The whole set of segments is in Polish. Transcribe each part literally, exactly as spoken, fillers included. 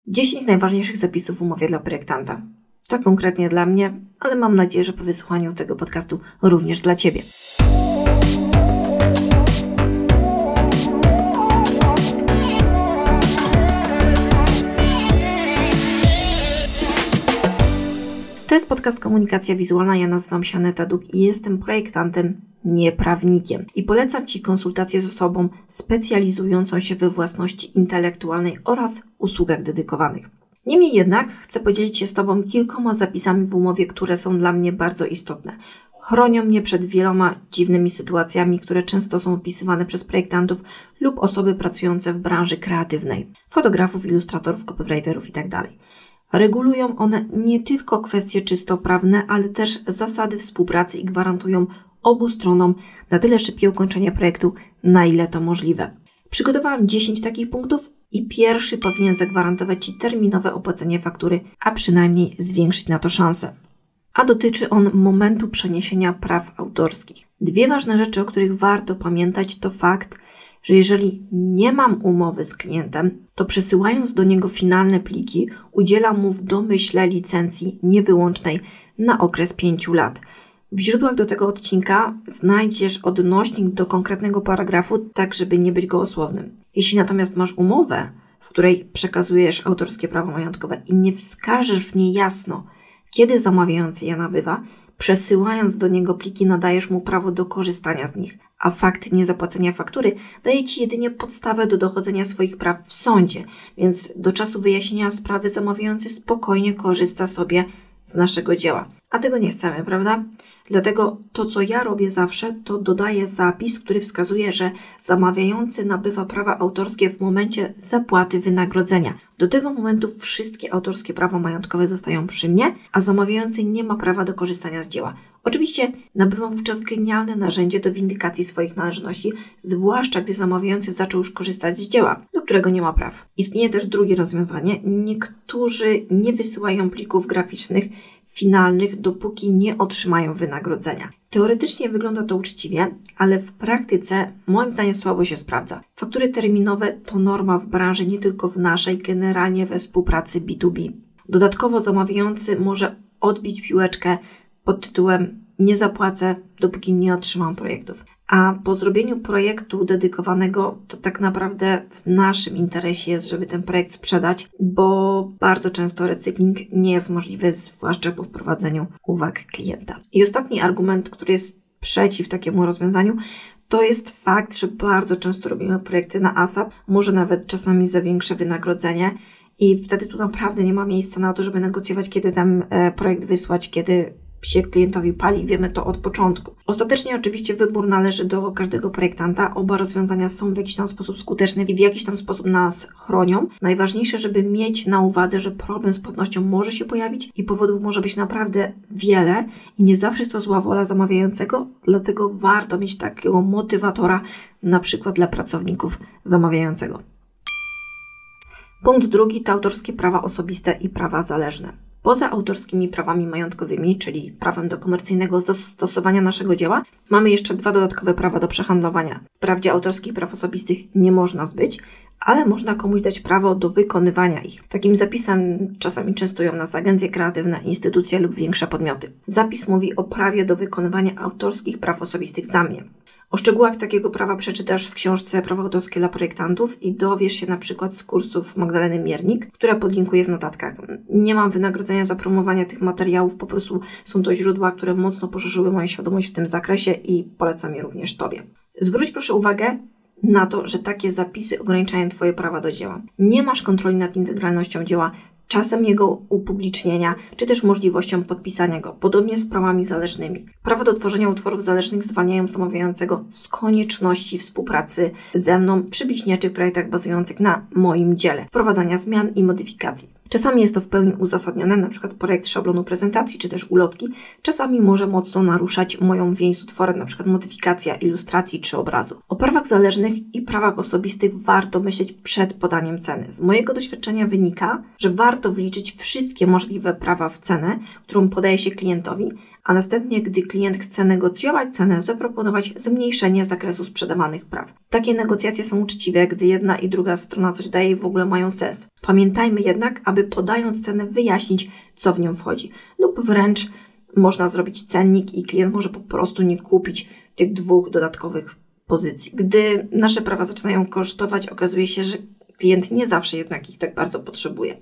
dziesięć najważniejszych zapisów w umowie dla projektanta. To konkretnie dla mnie, ale mam nadzieję, że po wysłuchaniu tego podcastu również dla Ciebie. To jest podcast Komunikacja Wizualna. Ja nazywam się Aneta Duk i jestem projektantem, nie prawnikiem. I polecam Ci konsultacje z osobą specjalizującą się we własności intelektualnej oraz usługach dedykowanych. Niemniej jednak chcę podzielić się z Tobą kilkoma zapisami w umowie, które są dla mnie bardzo istotne. Chronią mnie przed wieloma dziwnymi sytuacjami, które często są opisywane przez projektantów lub osoby pracujące w branży kreatywnej, fotografów, ilustratorów, copywriterów itd. Regulują one nie tylko kwestie czysto prawne, ale też zasady współpracy i gwarantują obu stronom na tyle szybkie ukończenie projektu, na ile to możliwe. Przygotowałam dziesięć takich punktów i pierwszy powinien zagwarantować Ci terminowe opłacenie faktury, a przynajmniej zwiększyć na to szanse. A dotyczy on momentu przeniesienia praw autorskich. Dwie ważne rzeczy, o których warto pamiętać, to fakt, że jeżeli nie mam umowy z klientem, to przesyłając do niego finalne pliki, udzielam mu w domyśle licencji niewyłącznej na okres pięciu lat. W źródłach do tego odcinka znajdziesz odnośnik do konkretnego paragrafu, tak żeby nie być gołosłownym. Jeśli natomiast masz umowę, w której przekazujesz autorskie prawo majątkowe i nie wskażesz w niej jasno, kiedy zamawiający je nabywa, przesyłając do niego pliki nadajesz mu prawo do korzystania z nich, a fakt niezapłacenia faktury daje Ci jedynie podstawę do dochodzenia swoich praw w sądzie, więc do czasu wyjaśnienia sprawy zamawiający spokojnie korzysta sobie z naszego dzieła. A tego nie chcemy, prawda? Dlatego to, co ja robię zawsze, to dodaję zapis, który wskazuje, że zamawiający nabywa prawa autorskie w momencie zapłaty wynagrodzenia. Do tego momentu wszystkie autorskie prawa majątkowe zostają przy mnie, a zamawiający nie ma prawa do korzystania z dzieła. Oczywiście nabywam wówczas genialne narzędzie do windykacji swoich należności, zwłaszcza gdy zamawiający zaczął już korzystać z dzieła, do którego nie ma praw. Istnieje też drugie rozwiązanie. Niektórzy nie wysyłają plików graficznych finalnych, dopóki nie otrzymają wynagrodzenia. Teoretycznie wygląda to uczciwie, ale w praktyce moim zdaniem słabo się sprawdza. Faktury terminowe to norma w branży, nie tylko w naszej, generalnie we współpracy B dwa B. Dodatkowo zamawiający może odbić piłeczkę pod tytułem nie zapłacę, dopóki nie otrzymam projektów. A po zrobieniu projektu dedykowanego to tak naprawdę w naszym interesie jest, żeby ten projekt sprzedać, bo bardzo często recykling nie jest możliwy, zwłaszcza po wprowadzeniu uwag klienta. I ostatni argument, który jest przeciw takiemu rozwiązaniu, to jest fakt, że bardzo często robimy projekty na ASAP, może nawet czasami za większe wynagrodzenie i wtedy tu naprawdę nie ma miejsca na to, żeby negocjować, kiedy ten projekt wysłać, kiedy się klientowi pali, wiemy to od początku. Ostatecznie oczywiście wybór należy do każdego projektanta. Oba rozwiązania są w jakiś tam sposób skuteczne i w jakiś tam sposób nas chronią. Najważniejsze, żeby mieć na uwadze, że problem z płatnością może się pojawić i powodów może być naprawdę wiele i nie zawsze jest to zła wola zamawiającego, dlatego warto mieć takiego motywatora, na przykład dla pracowników zamawiającego. Punkt drugi to autorskie prawa osobiste i prawa zależne. Poza autorskimi prawami majątkowymi, czyli prawem do komercyjnego zastosowania naszego dzieła, mamy jeszcze dwa dodatkowe prawa do przehandlowania. Wprawdzie autorskich praw osobistych nie można zbyć, ale można komuś dać prawo do wykonywania ich. Takim zapisem czasami częstują nas agencje kreatywne, instytucje lub większe podmioty. Zapis mówi o prawie do wykonywania autorskich praw osobistych za mnie. O szczegółach takiego prawa przeczytasz w książce Prawa autorskie dla projektantów i dowiesz się na przykład z kursów Magdaleny Miernik, która podlinkuję w notatkach. Nie mam wynagrodzenia za promowanie tych materiałów, po prostu są to źródła, które mocno poszerzyły moją świadomość w tym zakresie i polecam je również Tobie. Zwróć proszę uwagę na to, że takie zapisy ograniczają Twoje prawa do dzieła. Nie masz kontroli nad integralnością dzieła, czasem jego upublicznienia, czy też możliwością podpisania go, podobnie z prawami zależnymi. Prawo do tworzenia utworów zależnych zwalniają zamawiającego z konieczności współpracy ze mną przy bliźniaczych projektach bazujących na moim dziele, wprowadzania zmian i modyfikacji. Czasami jest to w pełni uzasadnione, np. projekt szablonu prezentacji czy też ulotki, czasami może mocno naruszać moją więź z utworem, np. modyfikacja ilustracji czy obrazu. O prawach zależnych i prawach osobistych warto myśleć przed podaniem ceny. Z mojego doświadczenia wynika, że warto wliczyć wszystkie możliwe prawa w cenę, którą podaje się klientowi, a następnie, gdy klient chce negocjować cenę, zaproponować zmniejszenie zakresu sprzedawanych praw. Takie negocjacje są uczciwe, gdy jedna i druga strona coś daje i w ogóle mają sens. Pamiętajmy jednak, aby podając cenę wyjaśnić, co w nią wchodzi. Lub wręcz można zrobić cennik i klient może po prostu nie kupić tych dwóch dodatkowych pozycji. Gdy nasze prawa zaczynają kosztować, okazuje się, że klient nie zawsze jednak ich tak bardzo potrzebuje.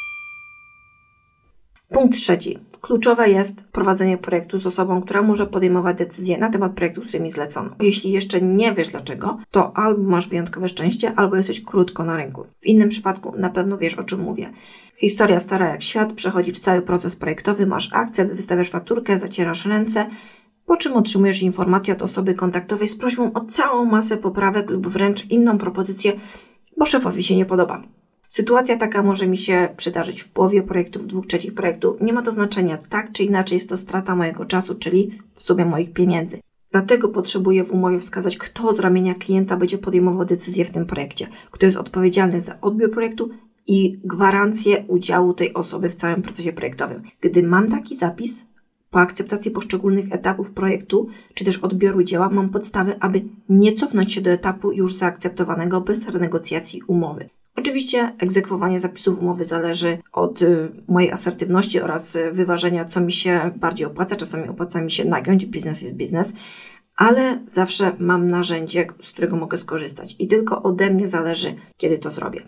Punkt trzeci. Kluczowe jest prowadzenie projektu z osobą, która może podejmować decyzje na temat projektu, który mi zlecono. Jeśli jeszcze nie wiesz dlaczego, to albo masz wyjątkowe szczęście, albo jesteś krótko na rynku. W innym przypadku na pewno wiesz, o czym mówię. Historia stara jak świat, przechodzisz cały proces projektowy, masz akcję, wystawiasz fakturkę, zacierasz ręce, po czym otrzymujesz informację od osoby kontaktowej z prośbą o całą masę poprawek lub wręcz inną propozycję, bo szefowi się nie podoba. Sytuacja taka może mi się przydarzyć w połowie projektu, w dwóch trzecich projektu. Nie ma to znaczenia, tak czy inaczej jest to strata mojego czasu, czyli w sumie moich pieniędzy. Dlatego potrzebuję w umowie wskazać, kto z ramienia klienta będzie podejmował decyzję w tym projekcie, kto jest odpowiedzialny za odbiór projektu i gwarancję udziału tej osoby w całym procesie projektowym. Gdy mam taki zapis, po akceptacji poszczególnych etapów projektu, czy też odbioru dzieła, mam podstawy, aby nie cofnąć się do etapu już zaakceptowanego bez renegocjacji umowy. Oczywiście egzekwowanie zapisów umowy zależy od y, mojej asertywności oraz y, wyważenia, co mi się bardziej opłaca. Czasami opłaca mi się nagiąć, biznes jest biznes, ale zawsze mam narzędzie, z którego mogę skorzystać i tylko ode mnie zależy, kiedy to zrobię.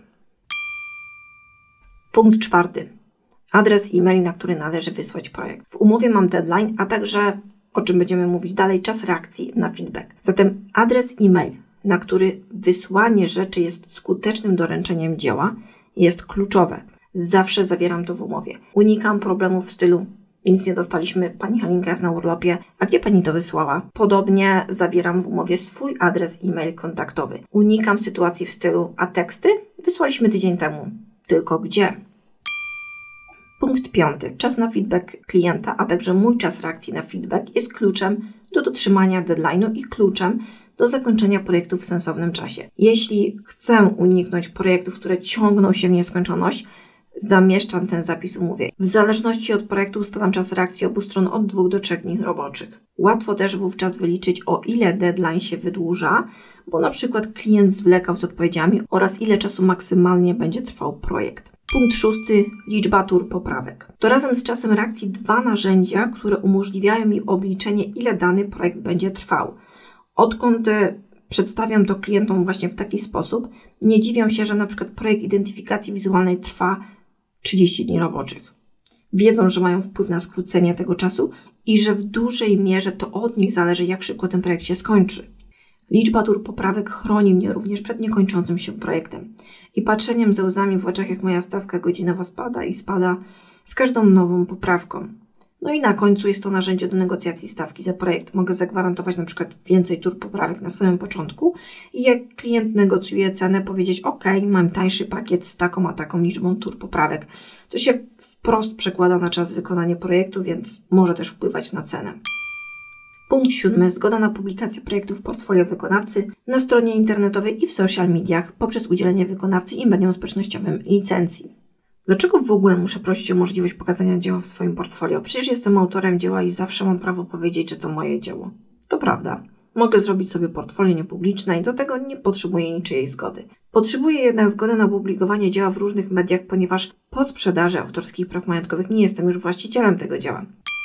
Punkt czwarty. Adres e-mail, na który należy wysłać projekt. W umowie mam deadline, a także, o czym będziemy mówić dalej, czas reakcji na feedback. Zatem adres e-mail, na który wysłanie rzeczy jest skutecznym doręczeniem dzieła, jest kluczowe. Zawsze zawieram to w umowie. Unikam problemów w stylu nic nie dostaliśmy, pani Halinka jest na urlopie, a gdzie pani to wysłała? Podobnie zawieram w umowie swój adres e-mail kontaktowy. Unikam sytuacji w stylu a teksty wysłaliśmy tydzień temu, tylko gdzie? Punkt piąty. Czas na feedback klienta, a także mój czas reakcji na feedback jest kluczem do dotrzymania deadline'u i kluczem do zakończenia projektu w sensownym czasie. Jeśli chcę uniknąć projektów, które ciągną się w nieskończoność, zamieszczam ten zapis w umowie. W zależności od projektu ustalam czas reakcji obu stron od dwóch do trzech dni roboczych. Łatwo też wówczas wyliczyć, o ile deadline się wydłuża, bo na przykład klient zwlekał z odpowiedziami oraz ile czasu maksymalnie będzie trwał projekt. Punkt szósty. Liczba tur poprawek. To razem z czasem reakcji dwa narzędzia, które umożliwiają mi obliczenie, ile dany projekt będzie trwał. Odkąd przedstawiam to klientom właśnie w taki sposób, nie dziwią się, że na przykład projekt identyfikacji wizualnej trwa trzydzieści dni roboczych. Wiedzą, że mają wpływ na skrócenie tego czasu i że w dużej mierze to od nich zależy, jak szybko ten projekt się skończy. Liczba tur poprawek chroni mnie również przed niekończącym się projektem i patrzeniem ze łzami w oczach, jak moja stawka godzinowa spada i spada z każdą nową poprawką. No i na końcu jest to narzędzie do negocjacji stawki za projekt. Mogę zagwarantować na przykład więcej tur poprawek na samym początku i jak klient negocjuje cenę, powiedzieć ok, mam tańszy pakiet z taką a taką liczbą tur poprawek. To się wprost przekłada na czas wykonania projektu, więc może też wpływać na cenę. Punkt siódmy. Zgoda na publikację projektu w portfolio wykonawcy na stronie internetowej i w social mediach poprzez udzielenie wykonawcy i mediom społecznościowym licencji. Dlaczego w ogóle muszę prosić o możliwość pokazania dzieła w swoim portfolio? Przecież jestem autorem dzieła i zawsze mam prawo powiedzieć, że to moje dzieło. To prawda. Mogę zrobić sobie portfolio niepubliczne i do tego nie potrzebuję niczyjej zgody. Potrzebuję jednak zgody na publikowanie dzieła w różnych mediach, ponieważ po sprzedaży autorskich praw majątkowych nie jestem już właścicielem tego dzieła.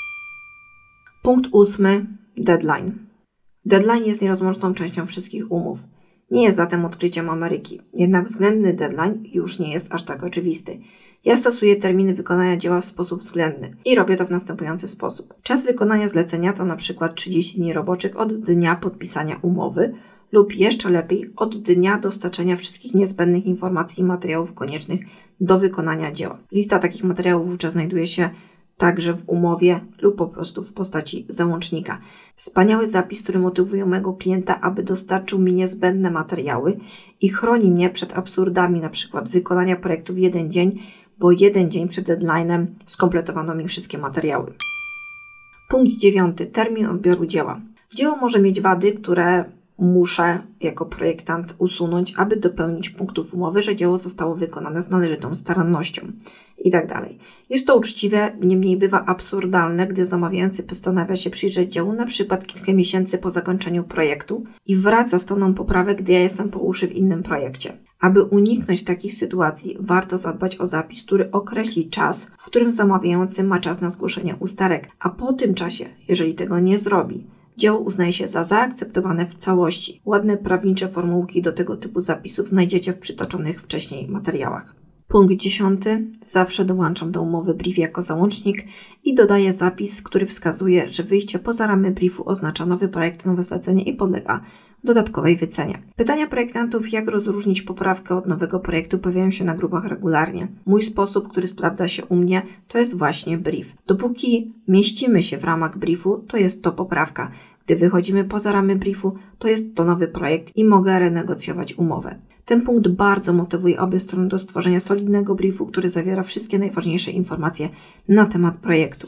Punkt ósmy. Deadline. Deadline jest nierozłączną częścią wszystkich umów. Nie jest zatem odkryciem Ameryki. Jednak względny deadline już nie jest aż tak oczywisty. Ja stosuję terminy wykonania dzieła w sposób względny i robię to w następujący sposób. Czas wykonania zlecenia to na przykład trzydzieści dni roboczych od dnia podpisania umowy lub jeszcze lepiej od dnia dostarczenia wszystkich niezbędnych informacji i materiałów koniecznych do wykonania dzieła. Lista takich materiałów wówczas znajduje się także w umowie lub po prostu w postaci załącznika. Wspaniały zapis, który motywuje mojego klienta, aby dostarczył mi niezbędne materiały i chroni mnie przed absurdami, na przykład wykonania projektu w jeden dzień, bo jeden dzień przed deadline'em skompletowano mi wszystkie materiały. Punkt dziewiąty. Termin odbioru dzieła. Dzieło może mieć wady, które muszę jako projektant usunąć, aby dopełnić punktów umowy, że dzieło zostało wykonane z należytą starannością i tak dalej. Jest to uczciwe, niemniej bywa absurdalne, gdy zamawiający postanawia się przyjrzeć dziełu na przykład kilka miesięcy po zakończeniu projektu i wraca z toną poprawek, gdy ja jestem po uszy w innym projekcie. Aby uniknąć takich sytuacji, warto zadbać o zapis, który określi czas, w którym zamawiający ma czas na zgłoszenie usterek, a po tym czasie, jeżeli tego nie zrobi, dzieło uznaje się za zaakceptowane w całości. Ładne prawnicze formułki do tego typu zapisów znajdziecie w przytoczonych wcześniej materiałach. Punkt dziesiąty. Zawsze dołączam do umowy brief jako załącznik i dodaję zapis, który wskazuje, że wyjście poza ramy briefu oznacza nowy projekt, nowe zlecenie i podlega dodatkowej wycenie. Pytania projektantów, jak rozróżnić poprawkę od nowego projektu, pojawiają się na grupach regularnie. Mój sposób, który sprawdza się u mnie, to jest właśnie brief. Dopóki mieścimy się w ramach briefu, to jest to poprawka. Gdy wychodzimy poza ramy briefu, to jest to nowy projekt i mogę renegocjować umowę. Ten punkt bardzo motywuje obie strony do stworzenia solidnego briefu, który zawiera wszystkie najważniejsze informacje na temat projektu.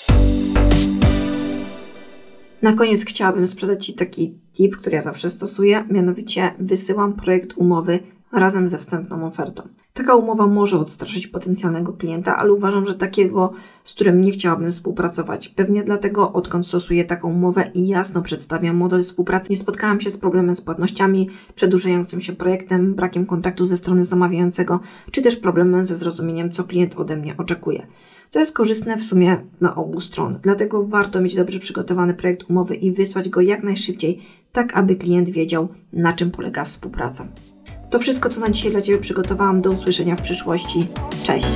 Na koniec chciałabym sprzedać Ci taki tip, który ja zawsze stosuję, mianowicie wysyłam projekt umowy razem ze wstępną ofertą. Taka umowa może odstraszyć potencjalnego klienta, ale uważam, że takiego, z którym nie chciałabym współpracować. Pewnie dlatego, odkąd stosuję taką umowę i jasno przedstawiam model współpracy, nie spotkałam się z problemem z płatnościami, przedłużającym się projektem, brakiem kontaktu ze strony zamawiającego, czy też problemem ze zrozumieniem, co klient ode mnie oczekuje. Co jest korzystne w sumie na obu stron. Dlatego warto mieć dobrze przygotowany projekt umowy i wysłać go jak najszybciej, tak aby klient wiedział, na czym polega współpraca. To wszystko, co na dzisiaj dla Ciebie przygotowałam. Do usłyszenia w przyszłości. Cześć!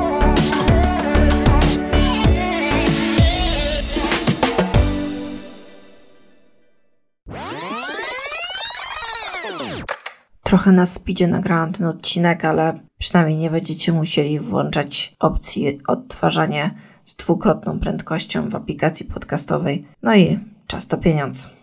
Trochę na speedzie nagrałam ten odcinek, ale przynajmniej nie będziecie musieli włączać opcji odtwarzanie z dwukrotną prędkością w aplikacji podcastowej. No i czas to pieniądz.